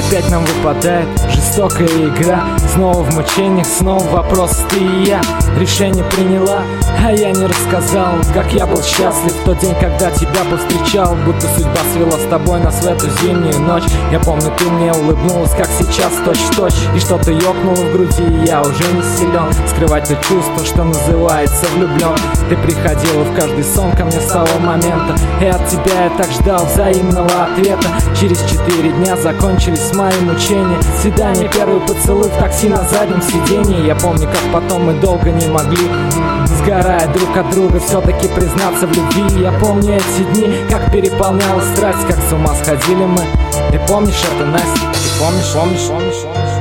опять нам выпадает жестокая игра. Снова в мучениях, снова вопрос ты и я. Решение приняла, а я не рассказал, как я был счастлив в тот день, когда тебя повстречал. Будто судьба свела с тобой нас в эту зимнюю ночь. Я помню, ты мне улыбнулась, как сейчас, точь-в-точь. И что-то ёкнуло в груди, и я уже не силен скрывать то чувство, что называется влюблен. Ты приходила в каждый сон ко мне с того момента, и от тебя я так ждал взаимного ответа. Через 4 дня закончились мои мучения. Свидание, первый поцелуй в такси на заднем сиденье. Я помню, как потом мы долго не могли, сгорая друг от друга, все-таки признаться в любви. Я помню эти дни, как переполняла страсть, как с ума сходили мы. Ты помнишь это, Настя? Ты помнишь?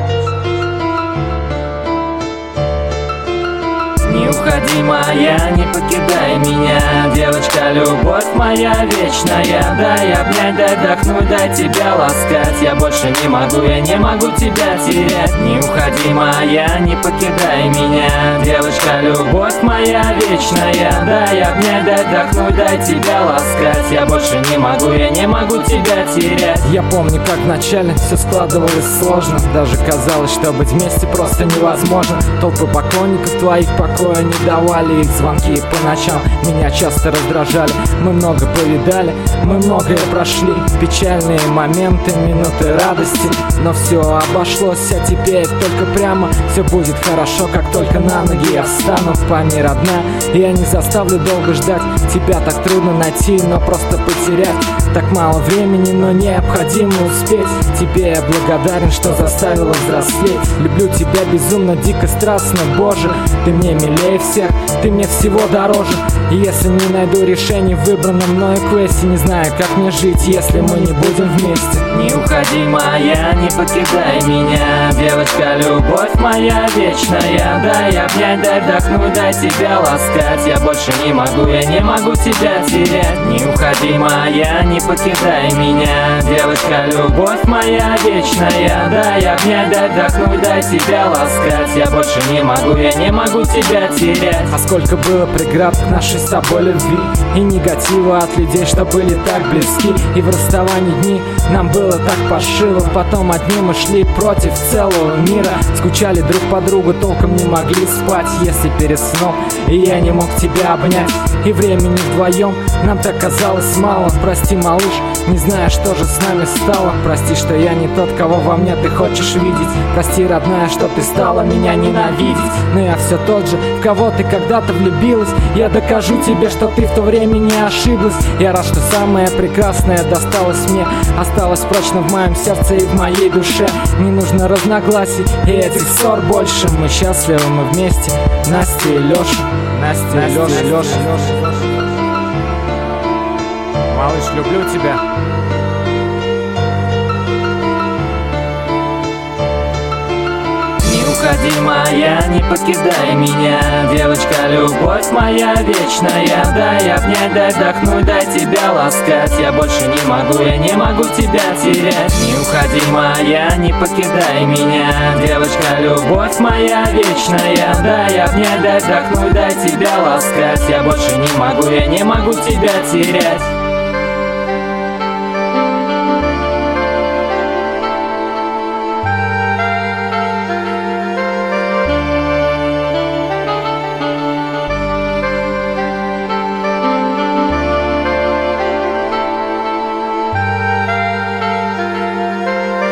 Не уходи, моя, не покидай меня, девочка, любовь моя вечная. Дай обнять, дай вдохнуть, дай тебя ласкать. Я больше не могу, я не могу тебя терять. Не уходи, моя, не покидай меня, девочка, любовь моя вечная. Дай обнять, дай вдохнуть, дай тебя ласкать. Я больше не могу, я не могу тебя терять. Я помню, как вначале все складывалось сложно. Даже казалось, что быть вместе просто невозможно. Толпы поклонников твоих покоя не давали, их звонки по ночам меня часто раздражали. Мы много повидали, мы многое прошли, печальные моменты, минуты радости. Но все обошлось, а теперь только прямо. Все будет хорошо, как только на ноги я встану. Память родная, я не заставлю долго ждать. Тебя так трудно найти, но просто потерять. Так мало времени, но необходимо успеть. Тебе я благодарен, что заставила взрослеть. Люблю тебя безумно, дико, страстно, Боже. Ты мне милее всех, ты мне всего дороже. И если не найду решение в выбранном мною квесте, не знаю, как мне жить, если мы не будем вместе. Не уходи, моя, не покидай меня, девочка, любовь моя вечная. Дай обнять, дай вдохнуть, дай тебя ласкать. Я больше не могу, я не могу тебя терять. Не уходи, моя, не покидай меня, девочка, любовь моя вечная. Дай обнять, дай вдохнуть, дай тебя ласкать. Я больше не могу, я не могу тебя терять. А сколько было преград к нашей с тобой любви, и негатива от людей, что были так близки. И в расставании дни нам было так паршиво. Потом одни мы шли против целого мира, скучали друг по другу, толком не могли спать, если перед сном и я не мог тебя обнять. И времени вдвоем нам так казалось мало. Прости, малыш, не знаю, что же с нами стало. Прости, что я не тот, кого во мне ты хочешь видеть. Прости, родная, что ты стала меня ненавидеть. Но я все тот же, в кого ты когда-то влюбилась. Я докажу тебе, что ты в то время не ошиблась. Я рад, что самое прекрасное досталось мне, осталось прочно в моем сердце и в моей душе. Не нужно разногласий и этих ссор больше. Мы счастливы, мы вместе, Настя и Леша. Настя и Леша. Малыш, люблю тебя. Не уходи, моя, не покидай меня, девочка, любовь моя вечная. Дай обнять, дай вдохнуть, дай тебя ласкать. Я больше не могу, я не могу тебя терять. Не уходи, моя, не покидай меня, девочка, любовь моя вечная. Дай обнять, дай вдохнуть, дай тебя ласкать. Я больше не могу, я не могу тебя терять.